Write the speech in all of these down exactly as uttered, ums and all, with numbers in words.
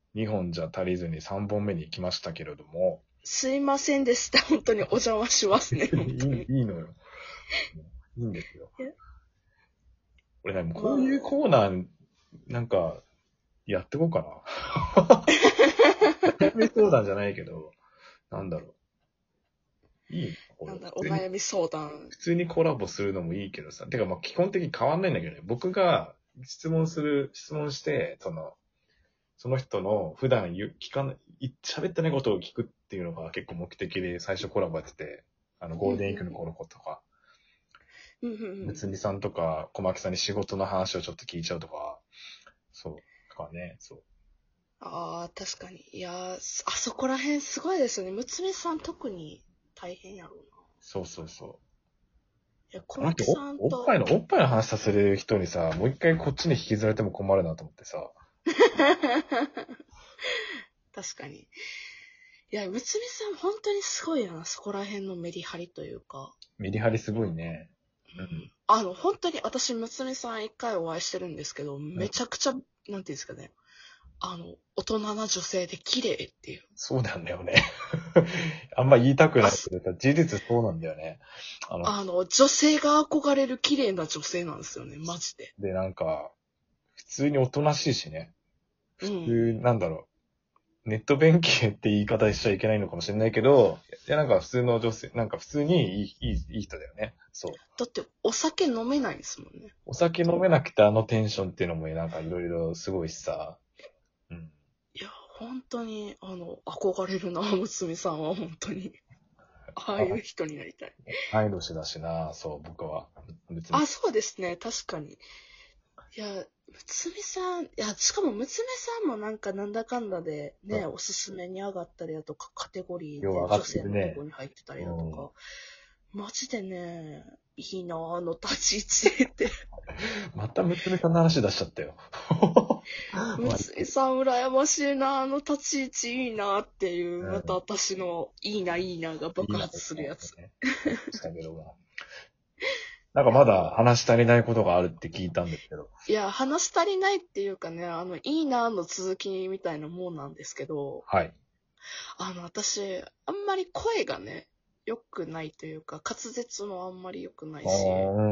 にほんじゃ足りずにさんぼんめに行きましたけれども。 すいませんでした。本当にお邪魔しますね。本当にいい、いいのよ。いいんですよ。 いや俺ね、こういうコーナー、なんか、やってこうかな。悩み相談じゃないけど、なんだろう。いいのなんだろう、お悩み相談。 普通にコラボするのもいいけどさ。てか、まあ、基本的に変わんないんだけどね。僕が質問する、質問して、その、その人の普段言う、聞かない、喋ってないことを聞くっていうのが結構目的で最初コラボやってて、あの、ゴールデンウィークの頃とか、 うんうんうんむつみさんとか小牧さんに仕事の話をちょっと聞いちゃうとか、そう、とかね、そう。 ああ、確かに。いやー、あそこら辺すごいですよね。むつみさん特に大変やろうな。 そうそうそう。 いや、小あの人牧さんと、 お、おっぱいの、おっぱいの話させる人にさ、もう一回こっちに引きずられても困るなと思ってさ。 確かに。いや、むつみさん本当にすごいな、そこら辺のメリハリというか。 メリハリすごいね。 うん、あの、本当に私、むつみさん一回お会いしてるんですけど、めちゃくちゃ、なんていうんですかね。あの、大人な女性で綺麗っていう。 そうなんだよね。あんま言いたくないあけどさ、事実そうなんだよね。あの、 あの、女性が憧れる綺麗な女性なんですよね、マジで。 で、なんか、普通におとなしいしね。普通、 うん。 なんだろう。ネット弁慶って言い方しちゃいけないのかもしれないけど、いや、なんか普通の女性、なんか普通にいい、いい、いい人だよね。そう。 だって、お酒飲めないんですもんね。 お酒飲めなくてあのテンションっていうのもなんかいろいろすごいしさ。うん。 いや、本当に、あの、憧れるな、むつみさんは、本当に。ああいう人になりたい。 同い年だしな、そう、僕は。別に。 あ、そうですね、確かに。いや、むつみさん、いや、しかもむつみさんもなんかなんだかんだでね、おすすめに上がったりだとか、カテゴリーよう上がっで女性のとてるね。 こに入ってたりだとうん。 か、マジでね、いいな、あの立ち位置って。 また娘さんの話出しちゃったよ。 むつみさん羨ましいな、あの立ち位置いいなっていう、 うんまた私のいいな、いいなが爆発するやつ。 ね。したけども。なんかまだ話し足りないことがあるって聞いたんですけど。 いや、話し足りないっていうかね、あの、いいなの続きみたいなもんなんですけど、 はい。 あの、私、あんまり声がね、良くないというか、滑舌もあんまり良くなああ、 いし、 うん。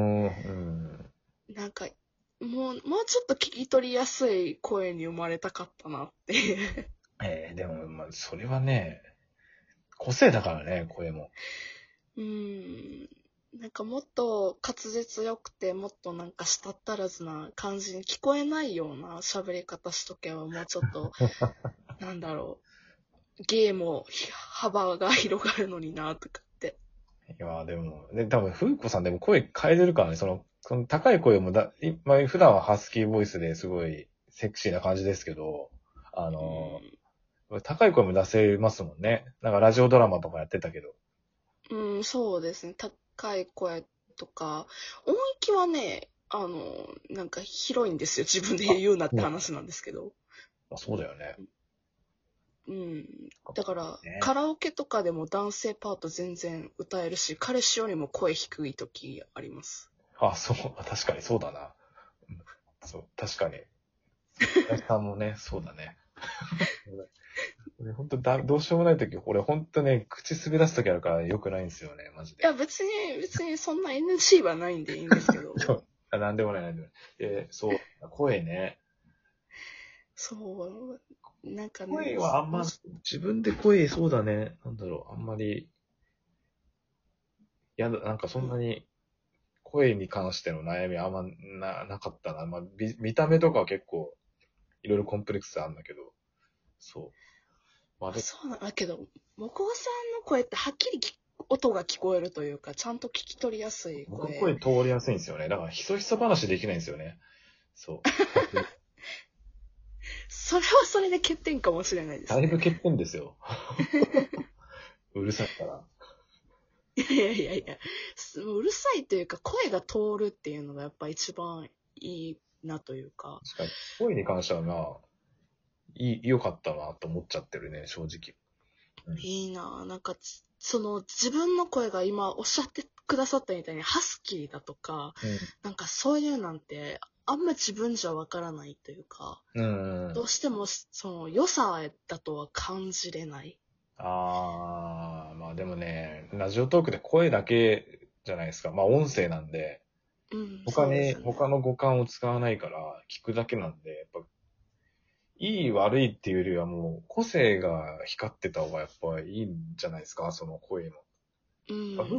なんか、もう、もうちょっと聞き取りやすい声に生まれたかったなっていう。 えー、でも、まあ、それはね、個性だからね、声も。 うーん。なんかもっと滑舌良くて、もっとなんか舌足らずな感じに聞こえないような喋り方しとけば、もうちょっと、なんだろう、芸も幅が広がるのになとかって。 いやーでも、で、多分、ふうこさんでも声変えてるからね、その、その高い声もだ、いまあ、普段はハスキーボイスですごいセクシーな感じですけど、あのー、高い声も出せますもんね。なんかラジオドラマとかやってたけど。 うん、うん、そうですね。高い声とか、音域はね、あの、なんか広いんですよ。自分で言うなって話なんですけど。 あ、そうだよね。 うん。だから、 ね。 カラオケとかでも男性パート全然歌えるし、彼氏よりも声低い時あります。 あ、そう、確かにそうだな。うんそう、確かに。林さんもね、そうだね。俺本当だ、どうしようもない時、俺本当ね、口滑らす時あるから良くないんですよね、マジで。 いや、別に、別にそんな エヌジー はないんでいいんですけど。 そうあなんでもない、なんでもない。えーそう、声ね。 そう、なんかね、 声はあんま、自分で声、そうだね。なんだろう、あんまり、やだ、なんかそんなに、声に関しての悩みあんまな、なかったな。まあ、見見た目とかは結構、いろいろコンプレックスあるんだけど、そう。まあでも、 そうなんだけど、もこさんの声ってはっきりき音が聞こえるというか、ちゃんと聞き取りやすい僕声。 声通りやすいんですよね。だから、ひそひそ話できないんですよね。そう。 それはそれで欠点かもしれないですね。 だいぶ欠点ですよ。うるさいから。 いやいやいやいや、すうるさいというか、声が通るっていうのがやっぱ一番いいなというか。 確かに。声に関してはまあ、いい、良かったなと思っちゃってるね、正直。うん。 いいなぁ。なんかつ、その自分の声が今おっしゃってくださったみたいにハスキーだとか、 うん。 なんかそういうなんて、 あんま自分じゃわからないというか、 うんうん。 どうしてもその良さだとは感じれない。 ああ、まあでもね、ラジオトークで声だけじゃないですか。まあ音声なんで、 うん、 他に、 そうですよね。 他の五感を使わないから聞くだけなんで、やっぱ、いい悪いっていうよりはもう個性が光ってた方がやっぱいいんじゃないですか、その声の。 うん。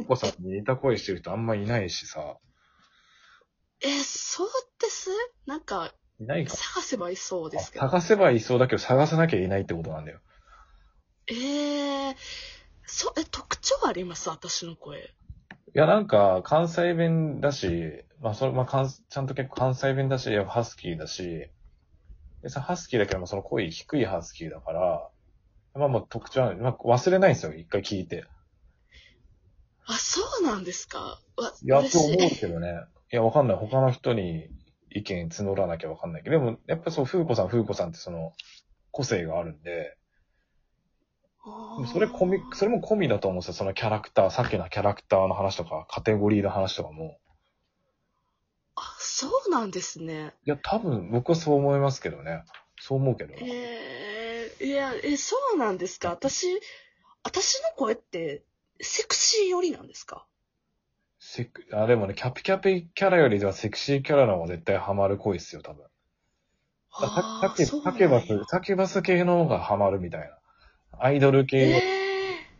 ふうこさえ、 んに似た声してる人あんまいないしさ。 え、そうですなんか、 いないか。 探せばいそうであ、 すけど。 探せばいそうだけど探さなきゃいないってことなんだよ。 ええー、そ、え、特徴あります私の声。 いや、なんか、関西弁だし、まあ、それ、まあ、関ちゃんと結構関西弁だし、やっぱハスキーだし、でさ、ハスキーだけども、その声低いハスキーだから、まあ、もう特徴は、まあ、忘れないんですよ、一回聞いて。 あ、そうなんですか。わ、 いや、と嬉しい。 思うけどね。いや、わかんない。他の人に意見募らなきゃわかんないけど、でも、やっぱそう、風子さん、風子さんってその、個性があるんで、でもそれ込み、それあも込みだと思うんですよ。そのキャラクター、さっきのキャラクターの話とか、カテゴリーの話とかも。 あ、あ、そうなんですね。 いや、多分、僕はそう思いますけどね。そう思うけどな。 ええいや、え、そうなんですか。私、私の声ってセクシー寄りなんですか？ セク、あ、でもね、キャピキャピキャラよりはセクシーキャラの方が絶対ハマる声っすよ、多分。あ、さ、 ああ、 サキ、 そうサキバス、 なんや。 サキバス系の方がハマるみたいな。アイドル系よ。 ええ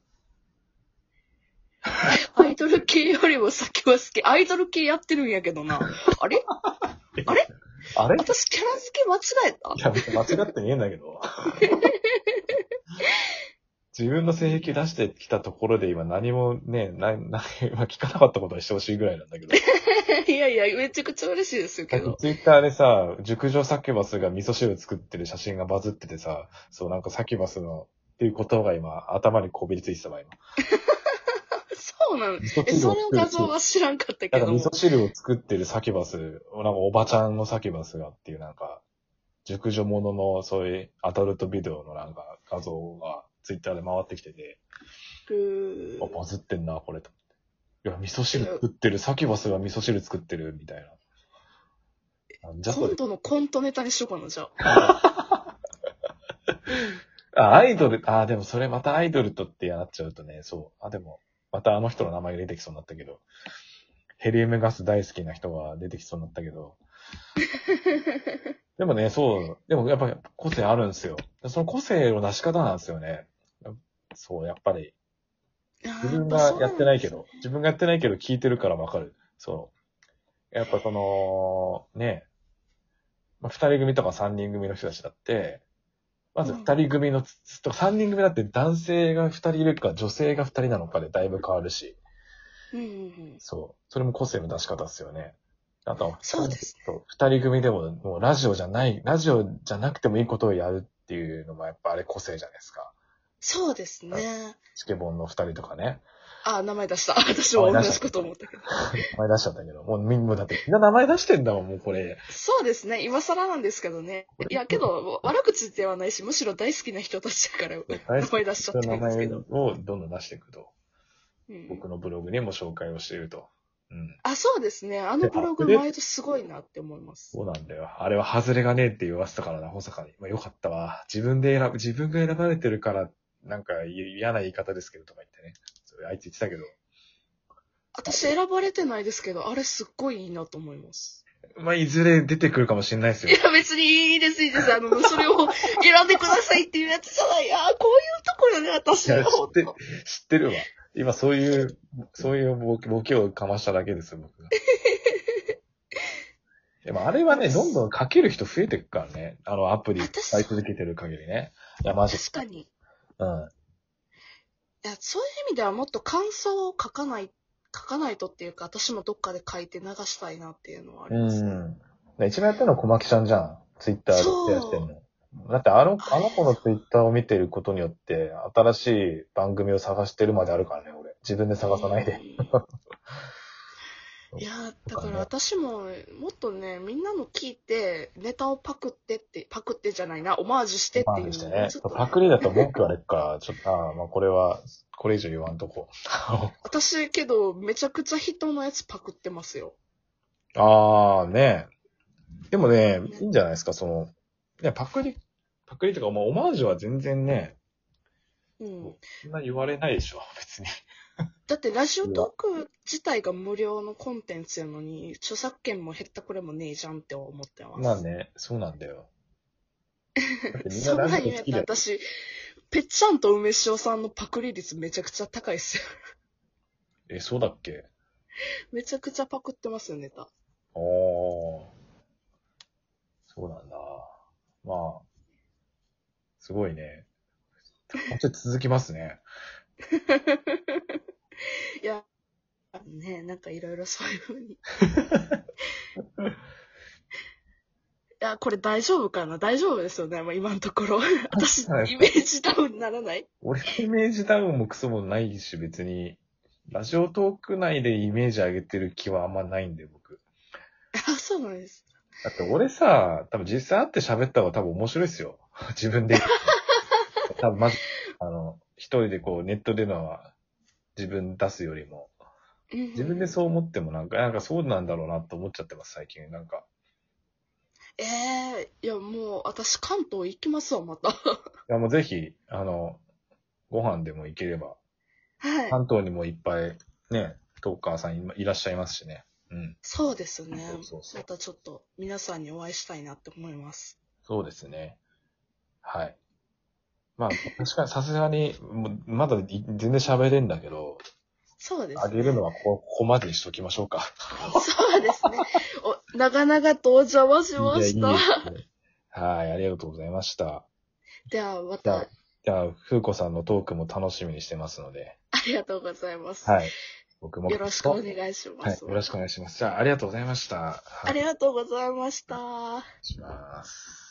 アイドル系よりも先は好き。アイドル系やってるんやけどな。あれあれあれい私キャラ付け間違えた？ や、別に間違って見えんだけど。自分の性癖出してきたところで今何もね、な、な、今聞かなかったことはしてほしいぐらいなんだけど。 いやいや、めちゃくちゃ嬉しいですさけど。 っきツイッターでさ、熟女サキュバスが味噌汁作ってる写真がバズっててさ、そうなんかサキュバスのっていう言葉が今頭にこびりついてたわ、今。 そうなの。 味噌え、 汁を作る。 その画像は知らんかったなんか味噌けども。 汁を作ってるサキュバス、なんかおばちゃんのサキュバスがっていうなんか、熟女もののそういうアダルトビデオのなんか画像がツイッターで回ってきてて、 うーあ、バズってんな、これと。いや、味噌汁作ってる、サキュバスが味噌汁作ってるみたいな。なんじゃそれ。 今度のコントネタにしようかな、じゃあ。 あ、アイドル、あ、でもそれまたアイドルとってなっちゃうとね、そう。あ、でも、またあの人の名前が出てきそうになったけど、ヘリウムガス大好きな人が出てきそうになったけど、でもね、そう、でもやっぱ個性あるんですよ。その個性の出し方なんですよね。そう、やっぱり。 いやー自分やっぱそがやってうなんですね。 ないけど、自分がやってないけど聞いてるからわかる。そう。やっぱその、ね、まあ、二人組とか三人組の人たちだって、まず二人組のつ、と三人組だって男性が二人いるか女性が二人なのかでだいぶ変わるし、 うんうんうん。 そう。それも個性の出し方ですよね。あとはそうですね。 そう二人組でも、もうラジオじゃない、ラジオじゃなくてもいいことをやるっていうのもやっぱあれ個性じゃないですか。 そうですね。 チケボンの二人とかね。 あ、名前出した。私も同じこと思ったけど。 名前出しちゃったけど、もうみんなだってみんな名前出してんだもん、もうこれ。 そうですね。今更なんですけどね。いや、けど、悪口ではないし、むしろ大好きな人たちだから、名大好き前出しちゃってな名前るんですけど。 をどんどん出していくと。 うん僕のブログにも紹介をしていると。うん。 あ、そうですね。あのブログ、 で、 毎年すごいなって思います。 そうなんだよ。あれは外れがねえって言わせたからな、保坂に。まあよかったわ。自分で選ぶ、自分が選ばれてるから、なんか嫌な言い方ですけどとか言ってね。それあいつ言ってたけど。 私選ばれてないですけど、あれすっごいいいなと思います。 まあいずれ出てくるかもしれないですよ。 いや、別にいいです、いいです。あの、それを選んでくださいっていうやつじゃない。ああ、こういうところね、私は。 いや知って、 本当知ってるわ。今そういう、そういうボケボケをかましただけですよ、僕が。でもあれはね、どんどん書ける人増えていくからね。あのアプリ使い続けてる限りね。いや、マジ。 確かに。いうん。 や、そういう意味ではもっと感想を書かない、書かないとっていうか、私もどっかで書いて流したいなっていうのはありますね。 うん。で一番やってるのは小牧ちゃんじゃん。ツイッターでシェアしてんそう。 の。だってあの、 あれあの子のツイッターを見てることによって、新しい番組を探してるまであるからね、俺。自分で探さないで。 いや、だから私も、もっとね、みんなの聞いて、ネタをパクってって、パクってじゃないな、オマージュしてっていうのを、 まあしてねちょっと、ね、 パクリだと文句言われるから、ちょっと、ああ、まあこれは、これ以上言わんとこ。 私けど、めちゃくちゃ人のやつパクってますよ。 ああ、ねでもね、いいんじゃないですか、その、いや、パクリ、パクリとか、まあ、オマージュは全然ね、 うん。 そんな言われないでしょ、別に。 だってラジオトーク自体が無料のコンテンツやのに、著作権も減ったくれもねえじゃんって思ってます。 まあね、そうなんだよ。だってみんなそんラジなん言うんやっオ好きだよ。 たら私、ぺっちゃんと梅塩さんのパクリ率めちゃくちゃ高いっすよ。 え、そうだっけ？ めちゃくちゃパクってますよ、ネタ。 ああ、そうなんだ。まあ、すごいね。本当に続きますね。 いや、ね、なんかいろいろそういう風に。いや、これ大丈夫かな大丈夫ですよね、もう今のところ。私、イメージダウンならない。 俺のイメージダウンもクソもないし、別に、ラジオトーク内でイメージ上げてる気はあんまないんで、僕。 あ、そうなんです。 だって俺さ、多分実際会って喋った方が多分面白いですよ。自分で。多分まず、あの、一人でこうネットでのは自分出すよりも、 うんうんうん、 自分でそう思ってもなんか、なんかそうなんだろうなと思っちゃってます、最近。なんか。 ええー、いや、もう、私、関東行きますわ、また。 いやもうぜひ、あの、ご飯でも行ければ、 はい。 関東にもいっぱいね、トーカーさんいいらっしゃいますしね。うん。 そうですね。 そうそうそう。 またちょっと、皆さんにお会いしたいなって思います。 そうですね。はい。まあ、確かにさすがに、もうまだい全然喋れんだけど、 そうであげるのすね。 はこここまでにしときましょうか。 そうですね。お、長々とお邪魔しいや、いました。 いですね。はい、ありがとうございました。 では、まじゃあ、 た、 じゃあ、ふうこさんのトークも楽しみにしてますので、 ありがとうございます。 はい。僕も、 よろしくお願いしまはい、 す、 よろしくおまた。 願いします。じゃあ、ありがとうございました。はい、 ありがとうございました。 します。